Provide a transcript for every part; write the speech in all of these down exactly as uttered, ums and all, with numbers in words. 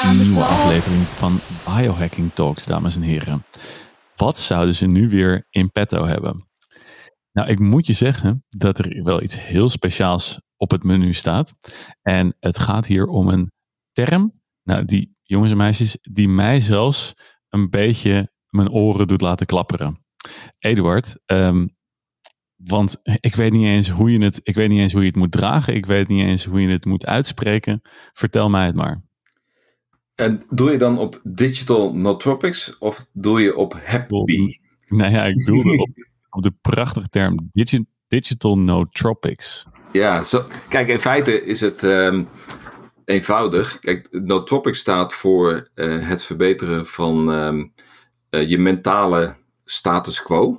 een nieuwe aflevering van Biohacking Talks, dames en heren. Wat zouden ze nu weer in petto hebben? Nou, ik moet je zeggen dat er wel iets heel speciaals op het menu staat. En het gaat hier om een term, nou, die jongens en meisjes, die mij zelfs een beetje mijn oren doet laten klapperen. Eduard, um, want ik weet niet eens hoe je het, ik weet niet eens hoe je het moet dragen. Ik weet niet eens hoe je het moet uitspreken. Vertel mij het maar. En doe je dan op Digital Nootropics of doe je op Happy? Nou ja, ik doelde op, op de prachtige term digi- Digital Nootropics. Ja, zo, kijk, in feite is het um, eenvoudig. Kijk, Nootropics staat voor uh, het verbeteren van um, uh, je mentale status quo.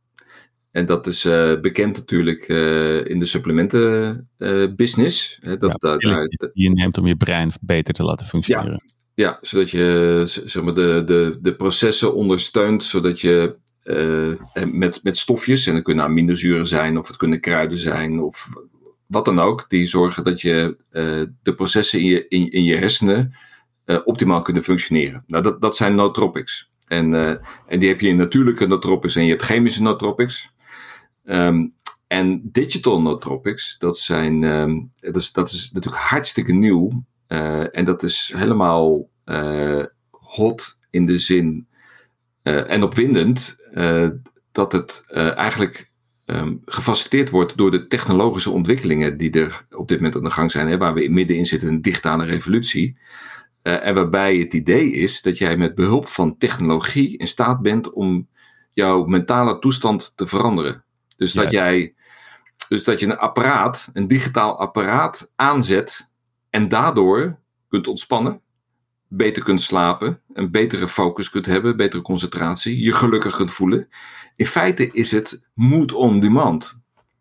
En dat is uh, bekend natuurlijk uh, in de supplementen uh, business. Hè, dat, ja, uh, daar, die je neemt om je brein beter te laten functioneren. Ja. Ja, zodat je zeg maar, de, de, de processen ondersteunt, zodat je uh, met, met stofjes, en dat kunnen aminozuren zijn, of het kunnen kruiden zijn, of wat dan ook, die zorgen dat je uh, de processen in je, in, in je hersenen uh, optimaal kunnen functioneren. Nou, dat, dat zijn nootropics. En, uh, en die heb je in natuurlijke nootropics en je hebt chemische nootropics. Um, en digital nootropics, dat, zijn, um, dat, is, dat is natuurlijk hartstikke nieuw. Uh, en dat is helemaal uh, hot in de zin uh, en opwindend uh, dat het uh, eigenlijk um, gefaciliteerd wordt door de technologische ontwikkelingen die er op dit moment aan de gang zijn, hè, waar we middenin zitten in een digitale revolutie. Uh, en waarbij het idee is dat jij met behulp van technologie in staat bent om jouw mentale toestand te veranderen. Dus ja. dat jij, dus dat je een apparaat, een digitaal apparaat aanzet en daardoor kunt ontspannen, beter kunt slapen, een betere focus kunt hebben, betere concentratie, je gelukkig kunt voelen. In feite is het mood on demand.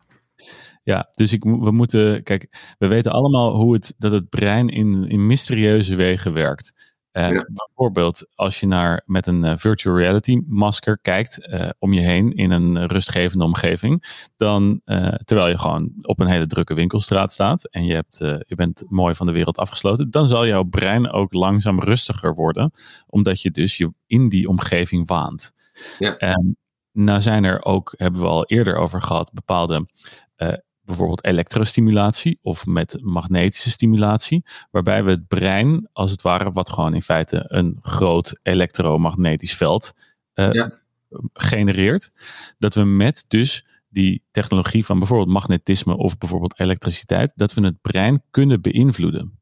Ja, dus ik, we moeten, kijk, we weten allemaal hoe het, dat het brein in, in mysterieuze wegen werkt. Uh, ja. Bijvoorbeeld als je naar, met een uh, virtual reality masker kijkt uh, om je heen in een rustgevende omgeving, dan uh, terwijl je gewoon op een hele drukke winkelstraat staat en je, hebt, uh, je bent mooi van de wereld afgesloten, dan zal jouw brein ook langzaam rustiger worden, omdat je dus je in die omgeving waant. Ja. Um, nou zijn er ook, hebben we al eerder over gehad, bepaalde uh, bijvoorbeeld elektrostimulatie of met magnetische stimulatie, waarbij we het brein, als het ware, wat gewoon in feite een groot elektromagnetisch veld uh, ja. genereert, dat we met dus die technologie van bijvoorbeeld magnetisme of bijvoorbeeld elektriciteit, dat we het brein kunnen beïnvloeden.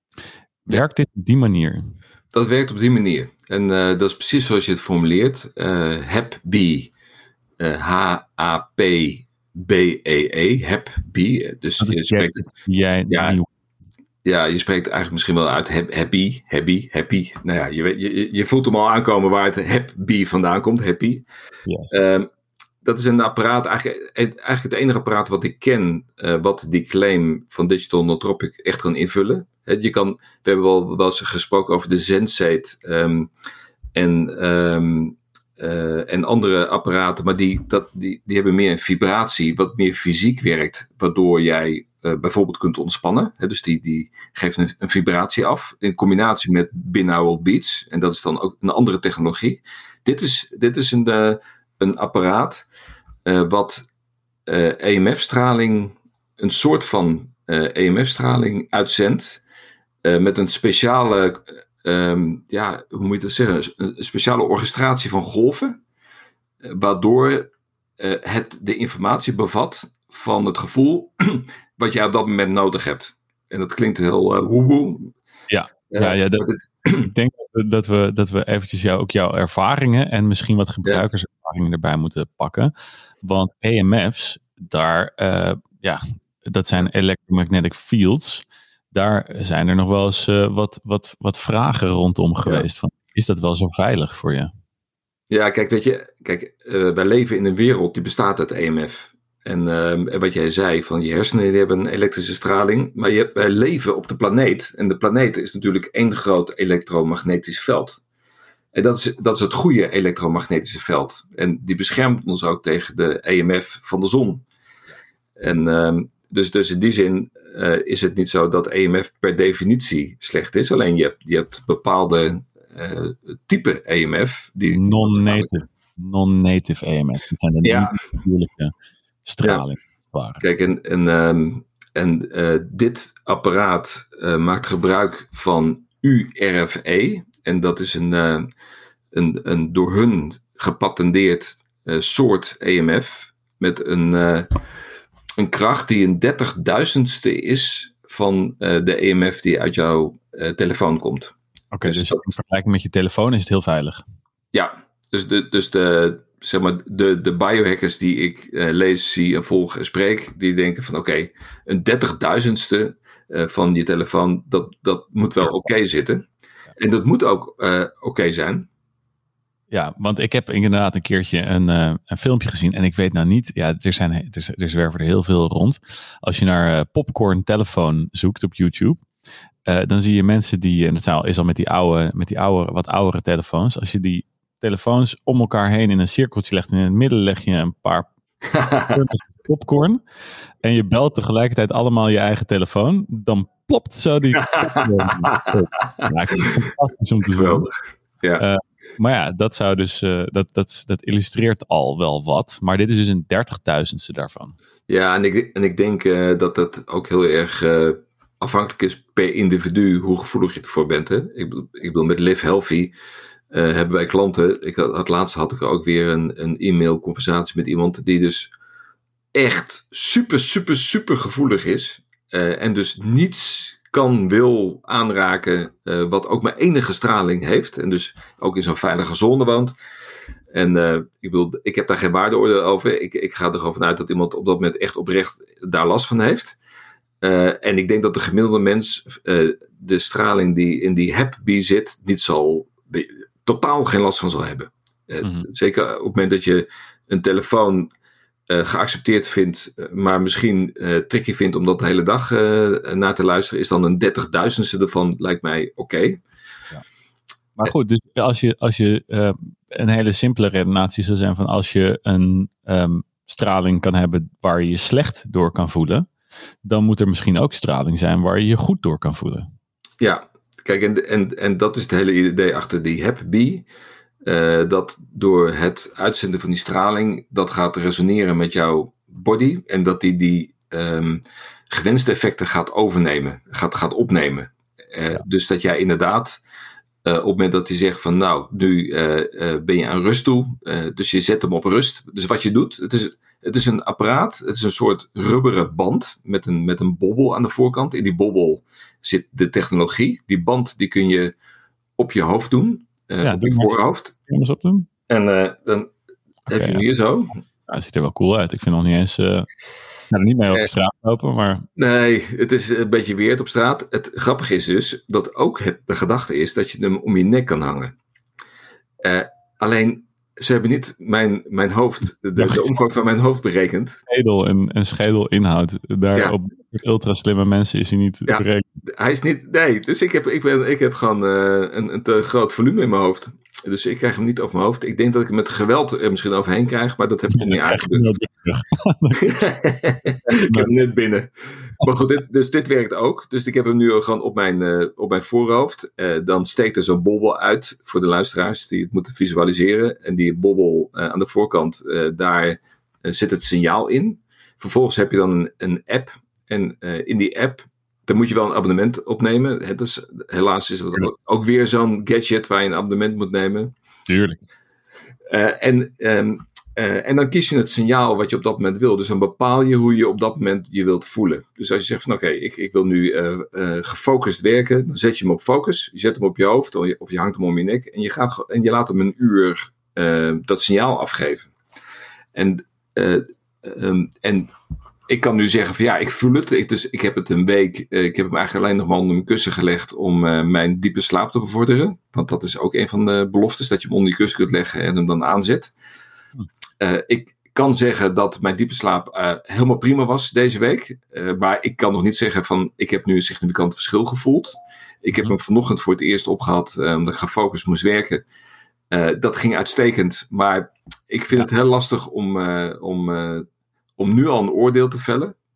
Werkt ja. dit op die manier? Dat werkt op die manier. En uh, dat is precies zoals je het formuleert. Uh, Happy, uh, H A P B E E, Happy. Dus dat is je spreekt het. Jij ja, ja, je spreekt eigenlijk misschien wel uit happy, happy, happy. Nou ja, je, je, je voelt hem al aankomen waar het happy vandaan komt, happy. Yes. Um, dat is een apparaat, eigenlijk, eigenlijk het enige apparaat wat ik ken, uh, wat die claim van Digital Nootropic echt kan invullen. He, je kan, we hebben wel, wel eens gesproken over de Sensate um, en... Um, Uh, en andere apparaten, maar die, dat, die, die hebben meer een vibratie, wat meer fysiek werkt, waardoor jij uh, bijvoorbeeld kunt ontspannen. Hè, dus die, die geeft een, een vibratie af, in combinatie met binaural beats, en dat is dan ook een andere technologie. Dit is, dit is een, uh, een apparaat uh, wat uh, E M F-straling, een soort van uh, E M F-straling uitzendt, uh, met een speciale... Um, ja, hoe moet je dat zeggen? Een speciale orchestratie van golven, waardoor uh, het de informatie bevat van het gevoel wat jij op dat moment nodig hebt. En dat klinkt heel uh, woe-woe. Ja, uh, ja, ja dat, het, ik denk dat we, dat we, dat we eventjes jou, ook jouw ervaringen en misschien wat gebruikerservaringen ja. erbij moeten pakken. Want E M F's, daar, uh, ja, dat zijn electromagnetic fields. Daar zijn er nog wel eens uh, wat, wat, wat vragen rondom geweest. Ja. Van, is dat wel zo veilig voor je? Ja, kijk, weet je, kijk, uh, wij leven in een wereld die bestaat uit E M F. En uh, wat jij zei, van je hersenen die hebben een elektrische straling. Maar je, wij leven op de planeet. En de planeet is natuurlijk één groot elektromagnetisch veld. En dat is, dat is het goede elektromagnetische veld. En die beschermt ons ook tegen de E M F van de zon. En... Uh, dus, dus in die zin uh, is het niet zo dat E M F per definitie slecht is. Alleen je hebt, je hebt bepaalde uh, type E M F. Die non-native, non-native E M F. Dat zijn de ja. natuurlijke straling. Ja. Kijk, en, en, um, en uh, dit apparaat uh, maakt gebruik van U R F E. En dat is een, uh, een, een door hun gepatenteerd uh, soort E M F. Met een, uh, een kracht die een dertigduizendste is van uh, de E M F die uit jouw uh, telefoon komt. Oké, okay, dus, dus dat, in vergelijking met je telefoon is het heel veilig. Ja, dus de, dus de, zeg maar, de, de biohackers die ik uh, lees, zie en volg en spreek, die denken van oké, okay, een dertigduizendste uh, van je telefoon, dat, dat moet wel oké okay zitten. En dat moet ook uh, oké okay zijn. Ja, want ik heb inderdaad een keertje een, uh, een filmpje gezien en ik weet nou niet, ja, er, zijn, er, er zwerven er heel veel rond. Als je naar uh, popcorn telefoon zoekt op YouTube, uh, dan zie je mensen die, en dat is al met die oude, met die oude, wat oudere telefoons, als je die telefoons om elkaar heen in een cirkeltje legt en in het midden leg je een paar popcorn en je belt tegelijkertijd allemaal je eigen telefoon, dan plopt zo die popcorn op. Ja, ik vind het fantastisch om te zien. Ja. Uh, maar ja, dat zou dus, uh, dat, dat, dat illustreert al wel wat. Maar dit is dus een dertigduizendste daarvan. Ja, en ik, en ik denk uh, dat dat ook heel erg uh, afhankelijk is per individu hoe gevoelig je ervoor bent. Hè? Ik, bedoel, ik bedoel, met Live Healthy uh, hebben wij klanten. Ik had, het laatst had ik ook weer een, een e-mail conversatie met iemand die dus echt super, super, super gevoelig is. Uh, en dus niets kan, wil aanraken uh, wat ook maar enige straling heeft. En dus ook in zo'n veilige zone woont. En uh, ik bedoel, ik heb daar geen waardeoordeel over. Ik, ik ga er gewoon vanuit dat iemand op dat moment echt oprecht daar last van heeft. Uh, en ik denk dat de gemiddelde mens uh, de straling die in die Hep B zit, niet zal, totaal geen last van zal hebben. Uh, mm-hmm. Zeker op het moment dat je een telefoon Uh, geaccepteerd vindt, uh, maar misschien uh, tricky vindt om dat de hele dag uh, naar te luisteren, is dan een dertigduizendste ervan, lijkt mij oké. Okay. Ja. Maar goed, dus als je, als je uh, een hele simpele redenatie zou zijn van als je een um, straling kan hebben waar je je slecht door kan voelen, dan moet er misschien ook straling zijn waar je je goed door kan voelen. Ja, kijk, en, en, en dat is het hele idee achter die Hep B. Uh, dat door het uitzenden van die straling, dat gaat resoneren met jouw body en dat die die um, gewenste effecten gaat overnemen, gaat, gaat opnemen. Uh, ja. Dus dat jij inderdaad, uh, op het moment dat hij zegt van nou, nu uh, uh, ben je aan rust toe, uh, dus je zet hem op rust. Dus wat je doet, het is, het is een apparaat, het is een soort rubberen band met een, met een bobbel aan de voorkant. In die bobbel zit de technologie. Die band die kun je op je hoofd doen. Uh, ja, op je voorhoofd. Kun je eens op doen? En uh, dan okay, heb je hem hier ja. zo. Ja, het ziet er wel cool uit. Ik vind nog niet eens... Uh, nou, er niet mee op de straat lopen, maar... Nee, het is een beetje weird op straat. Het grappige is dus dat ook het, de gedachte is dat je hem om je nek kan hangen. Uh, alleen, ze hebben niet mijn, mijn hoofd, de, de omvang van mijn hoofd berekend. Schedel en, en schedelinhoud. Daar ja. Op ultra slimme mensen is hij niet ja, berekend. Hij is niet, nee, dus ik heb, ik ben, ik heb gewoon uh, een, een te groot volume in mijn hoofd. Dus ik krijg hem niet over mijn hoofd. Ik denk dat ik hem met geweld er misschien overheen krijg, maar dat heb ik nog niet aangedurfd. Ik heb hem net binnen. Maar goed, dit, dus dit werkt ook. Dus ik heb hem nu gewoon op mijn, uh, op mijn voorhoofd. Uh, dan steekt er zo'n bobbel uit voor de luisteraars die het moeten visualiseren. En die bobbel uh, aan de voorkant, uh, daar uh, zit het signaal in. Vervolgens heb je dan een, een app. En uh, in die app, dan moet je wel een abonnement opnemen. Het is, helaas is dat ook, ook weer zo'n gadget waar je een abonnement moet nemen. Tuurlijk. Uh, en, um, uh, en dan kies je het signaal wat je op dat moment wil. Dus dan bepaal je hoe je op dat moment je wilt voelen. Dus als je zegt van oké, okay, ik, ik wil nu uh, uh, gefocust werken. Dan zet je hem op focus. Je zet hem op je hoofd of je, of je hangt hem om je nek. En je, gaat, en je laat hem een uur uh, dat signaal afgeven. En... Uh, um, en ik kan nu zeggen van ja, ik voel het. Ik, dus, ik heb het een week. Uh, ik heb hem eigenlijk alleen nog maar onder mijn kussen gelegd om uh, mijn diepe slaap te bevorderen. Want dat is ook een van de beloftes, dat je hem onder je kussen kunt leggen en hem dan aanzet. Uh, ik kan zeggen dat mijn diepe slaap uh, helemaal prima was deze week. Uh, maar ik kan nog niet zeggen van ik heb nu een significant verschil gevoeld. Ik heb hem vanochtend voor het eerst opgehad uh, omdat ik gefocust moest werken. Uh, dat ging uitstekend. Maar ik vind ja. het heel lastig om... Uh, om uh, om nu al een oordeel te vellen.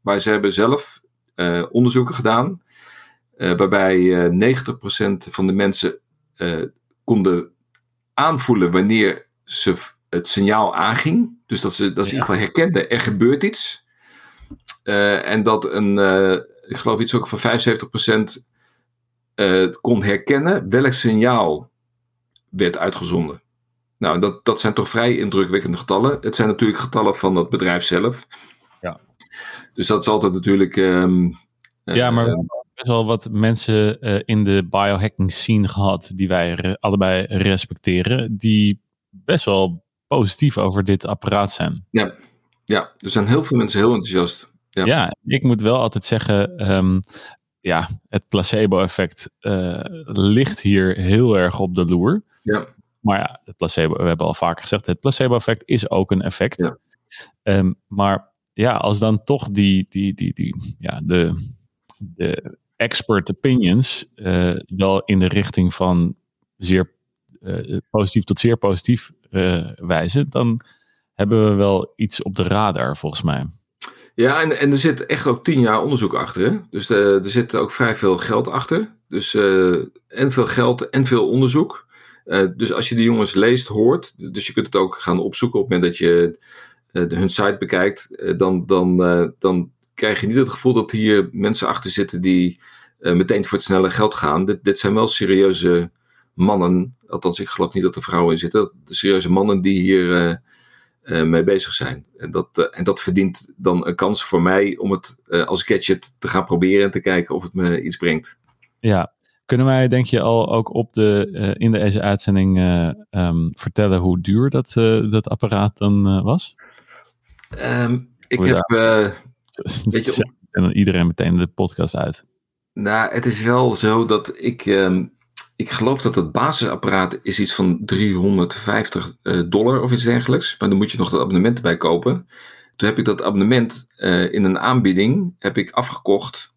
Maar ze hebben zelf uh, onderzoeken gedaan. Uh, waarbij uh, negentig procent van de mensen uh, konden aanvoelen wanneer ze het signaal aanging. Dus dat ze, dat ze ja. in ieder geval herkenden, er gebeurt iets. Uh, en dat een, uh, ik geloof iets ook van vijfenzeventig procent uh, kon herkennen welk signaal werd uitgezonden. Nou, dat, dat zijn toch vrij indrukwekkende getallen. Het zijn natuurlijk getallen van het bedrijf zelf. Ja. Dus dat is altijd natuurlijk... Um, ja, maar we hebben best wel wat mensen uh, in de biohacking scene gehad die wij re- allebei respecteren, die best wel positief over dit apparaat zijn. Ja, ja, er zijn heel veel mensen heel enthousiast. Ja, ja ik moet wel altijd zeggen, um, ja, het placebo-effect uh, ligt hier heel erg op de loer. Ja. Maar ja, het placebo, we hebben al vaker gezegd, het placebo-effect is ook een effect. Ja. Um, maar ja, als dan toch die, die, die, die ja, de, de expert opinions uh, wel in de richting van zeer uh, positief tot zeer positief uh, wijzen, dan hebben we wel iets op de radar volgens mij. Ja, en, en er zit echt ook tien jaar onderzoek achter. Hè? Dus de, er zit ook vrij veel geld achter. Dus uh, en veel geld en veel onderzoek. Uh, dus als je de jongens leest, hoort, dus je kunt het ook gaan opzoeken op het moment dat je uh, de, hun site bekijkt, uh, dan, dan, uh, dan krijg je niet het gevoel dat hier mensen achter zitten die uh, meteen voor het snelle geld gaan. Dit, dit zijn wel serieuze mannen, althans ik geloof niet dat er vrouwen in zitten, de serieuze mannen die hier uh, uh, mee bezig zijn. En dat, uh, en dat verdient dan een kans voor mij om het uh, als gadget te gaan proberen en te kijken of het me iets brengt. Ja. Kunnen wij, denk je, al ook op de, uh, in deze uitzending uh, um, vertellen hoe duur dat, uh, dat apparaat dan uh, was? Um, ik hoe heb... Uh, weet je, en dan iedereen meteen de podcast uit. Nou, het is wel zo dat ik... Um, ik geloof dat het basisapparaat is iets van driehonderdvijftig dollar of iets dergelijks. Maar dan moet je nog dat abonnement erbij kopen. Toen heb ik dat abonnement uh, in een aanbieding heb ik afgekocht...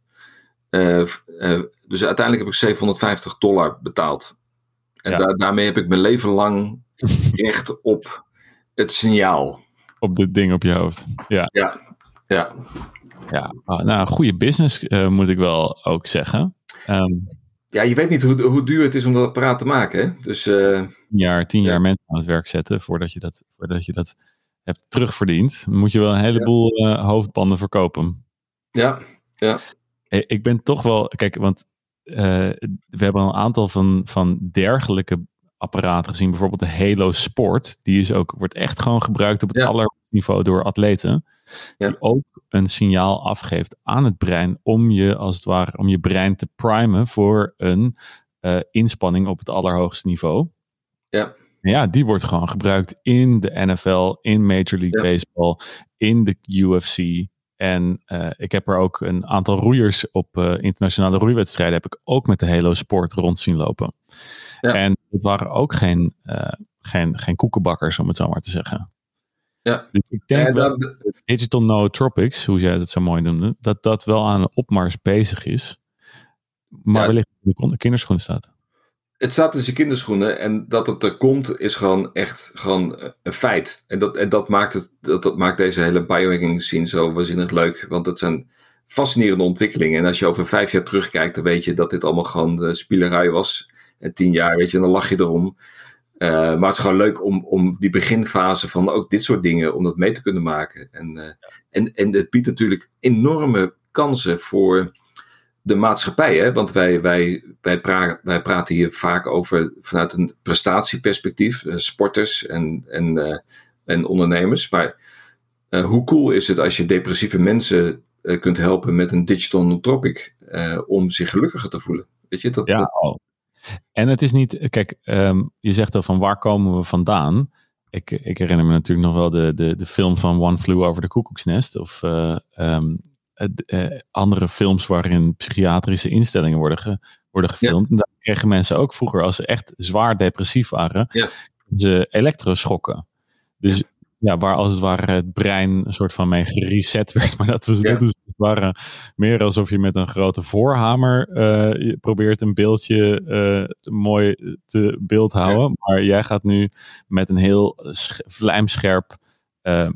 Uh, uh, dus uiteindelijk heb ik zevenhonderdvijftig dollar betaald. En ja. da- daarmee heb ik mijn leven lang recht op het signaal. Op dit ding op je hoofd. Ja. Ja. Ja. ja. Oh, nou, goede business uh, moet ik wel ook zeggen. Um, ja, je weet niet hoe, hoe duur het is om dat apparaat te maken. Hè? Dus, uh, tien jaar, tien jaar ja. mensen aan het werk zetten voordat je dat, voordat je dat hebt terugverdiend. Dan moet je wel een heleboel ja. uh, hoofdbanden verkopen. Ja, ja. Ik ben toch wel, kijk, want uh, we hebben een aantal van, van dergelijke apparaten gezien. Bijvoorbeeld de Halo Sport. Die is ook, wordt echt gewoon gebruikt op het ja. allerhoogste niveau door atleten. Ja. Die ook een signaal afgeeft aan het brein om je, als het ware, om je brein te primen voor een uh, inspanning op het allerhoogste niveau. Ja. Ja, die wordt gewoon gebruikt in de N F L, in Major League ja. Baseball, in de U F C. En uh, ik heb er ook een aantal roeiers op uh, internationale roeiwedstrijden heb ik ook met de Halo Sport rond zien lopen. Ja. En het waren ook geen, uh, geen, geen koekenbakkers, om het zo maar te zeggen. Ja. Dus ik denk ja, wel dat... dat Digital Nootropics, hoe jij dat zo mooi noemde, dat dat wel aan een opmars bezig is. Maar ja, wellicht in de kinderschoenen staat. Het staat in zijn kinderschoenen en dat het er komt is gewoon echt gewoon een feit. En dat, en dat, maakt, het, dat, dat maakt deze hele biohacking scene zo waanzinnig leuk. Want het zijn fascinerende ontwikkelingen. En als je over vijf jaar terugkijkt, dan weet je dat dit allemaal gewoon de spielerij was. En tien jaar, weet je, en dan lach je erom. Uh, maar het is gewoon leuk om, om die beginfase van ook dit soort dingen, om dat mee te kunnen maken. En, uh, en, en het biedt natuurlijk enorme kansen voor de maatschappij, hè? Want wij, wij, wij, pra- wij praten hier vaak over vanuit een prestatieperspectief, uh, sporters en, en, uh, en ondernemers. Maar uh, hoe cool is het als je depressieve mensen uh, kunt helpen met een digital nootropic uh, om zich gelukkiger te voelen? Weet je, dat, ja, dat... oh. En het is niet, kijk, um, je zegt al van waar komen we vandaan? Ik, ik herinner me natuurlijk nog wel de, de, de film van One Flew Over the Cuckoo's Nest of uh, um, Uh, andere films waarin psychiatrische instellingen worden, ge, worden gefilmd. Ja. En daar kregen mensen ook vroeger, als ze echt zwaar depressief waren, ja. ze elektroschokken. Dus ja. ja, waar als het ware het brein een soort van mee gereset werd. Maar dat was ja. dat is, het waren meer alsof je met een grote voorhamer uh, je probeert een beeldje uh, te, mooi te beeld houden. Ja. Maar jij gaat nu met een heel sch- vlijmscherp uh,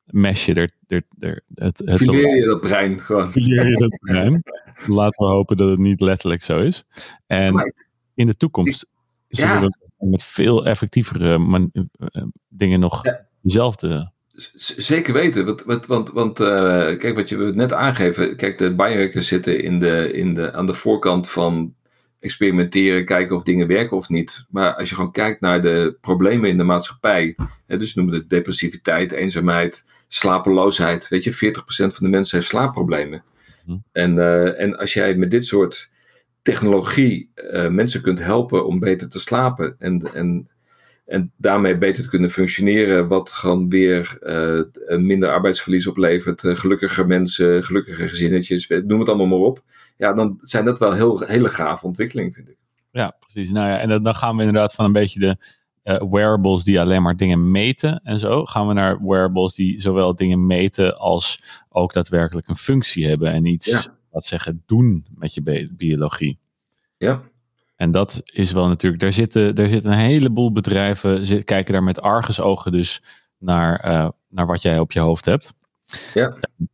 mes je er, er, er het, het Fileer je dat brein gewoon. Fileer je dat brein. Laten we hopen dat het niet letterlijk zo is. En Maar, in de toekomst ik, zullen ja. we met veel effectievere man, uh, dingen nog Ja. dezelfde... Z- zeker weten. Want, want, want, want uh, kijk, wat je net aangeven. Kijk, de biohackers zitten in de, in de, aan de voorkant van experimenteren, kijken of dingen werken of niet. Maar als je gewoon kijkt naar de problemen in de maatschappij. Hè, dus noemen we het depressiviteit, eenzaamheid, slapeloosheid. Weet je, veertig procent van de mensen heeft slaapproblemen. Hm. En, uh, en als jij met dit soort technologie uh, mensen kunt helpen om beter te slapen en, en, en daarmee beter te kunnen functioneren, wat gewoon weer uh, minder arbeidsverlies oplevert, uh, gelukkiger mensen, gelukkiger gezinnetjes, noem het allemaal maar op. Ja, dan zijn dat wel heel, hele gave ontwikkelingen, vind ik. Ja, precies. Nou ja, en dan gaan we inderdaad van een beetje de uh, wearables die alleen maar dingen meten en zo, gaan we naar wearables die zowel dingen meten als ook daadwerkelijk een functie hebben en iets, ja. laat zeggen, doen met je bi- biologie. Ja. En dat is wel natuurlijk, daar zitten, daar zitten een heleboel bedrijven, zit, kijken daar met argusogen dus naar, uh, naar wat jij op je hoofd hebt. Ja.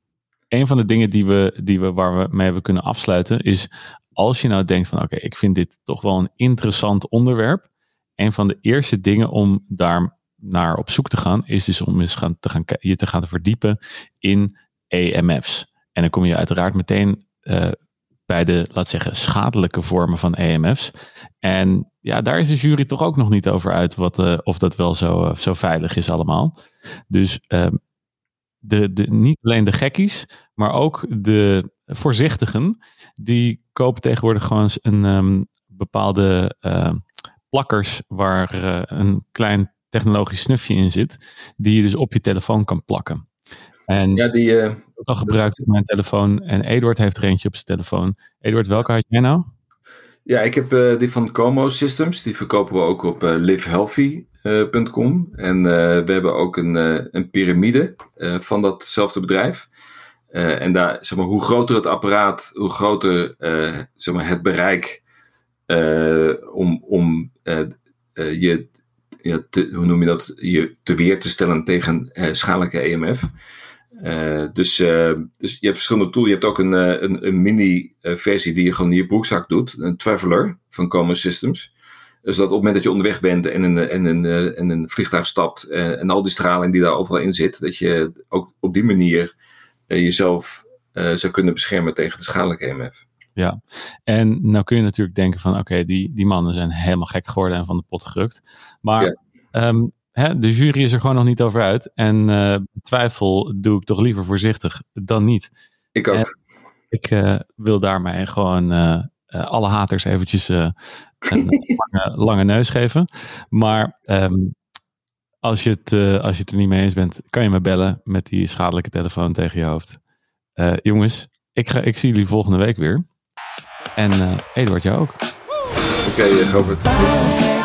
Een van de dingen die we, die we, waar we mee hebben kunnen afsluiten is, als je nou denkt van oké, okay, ik vind dit toch wel een interessant onderwerp. Een van de eerste dingen om daar naar op zoek te gaan, is dus om eens gaan, te gaan, je te gaan verdiepen in E M F's. En dan kom je uiteraard meteen uh, bij de, laat zeggen, schadelijke vormen van E M F's. En ja, daar is de jury toch ook nog niet over uit wat, uh, of dat wel zo, uh, zo veilig is allemaal. Dus uh, de, de, niet alleen de gekkies, maar ook de voorzichtigen, die kopen tegenwoordig gewoon een um, bepaalde uh, plakkers waar uh, een klein technologisch snufje in zit, die je dus op je telefoon kan plakken. En ja, die... Uh... ook al gebruikt ik mijn telefoon en Eduard heeft er eentje op zijn telefoon. Eduard, welke had jij nou? Ja, ik heb uh, die van Como Systems. Die verkopen we ook op uh, live healthy punt com. Uh, en uh, we hebben ook een, uh, een piramide uh, van datzelfde bedrijf. Uh, en daar, zeg maar, hoe groter het apparaat, hoe groter uh, zeg maar, het bereik uh, om, om uh, uh, je, ja, te, hoe noem je dat, je te weer te stellen tegen uh, schadelijke E M F. Uh, dus, uh, dus je hebt verschillende tools. Je hebt ook een, uh, een, een mini uh, versie die je gewoon in je broekzak doet. Een Traveler van Como Systems. Dus dat op het moment dat je onderweg bent en een, en een, uh, en een vliegtuig stapt. Uh, en al die straling die daar overal in zit. Dat je ook op die manier uh, jezelf uh, zou kunnen beschermen tegen de schadelijke E M F. Ja, en nou kun je natuurlijk denken van oké, okay, die, die mannen zijn helemaal gek geworden en van de pot gerukt. Maar ja. um, Hè, de jury is er gewoon nog niet over uit. En uh, twijfel doe ik toch liever voorzichtig dan niet. Ik ook. En ik uh, wil daarmee gewoon uh, uh, alle haters eventjes uh, een lange, lange neus geven. Maar um, als, je het, uh, als je het er niet mee eens bent, kan je me bellen met die schadelijke telefoon tegen je hoofd. Uh, jongens, ik, ga, ik zie jullie volgende week weer. En uh, Eduard, jou ook. Oké, okay, Robert.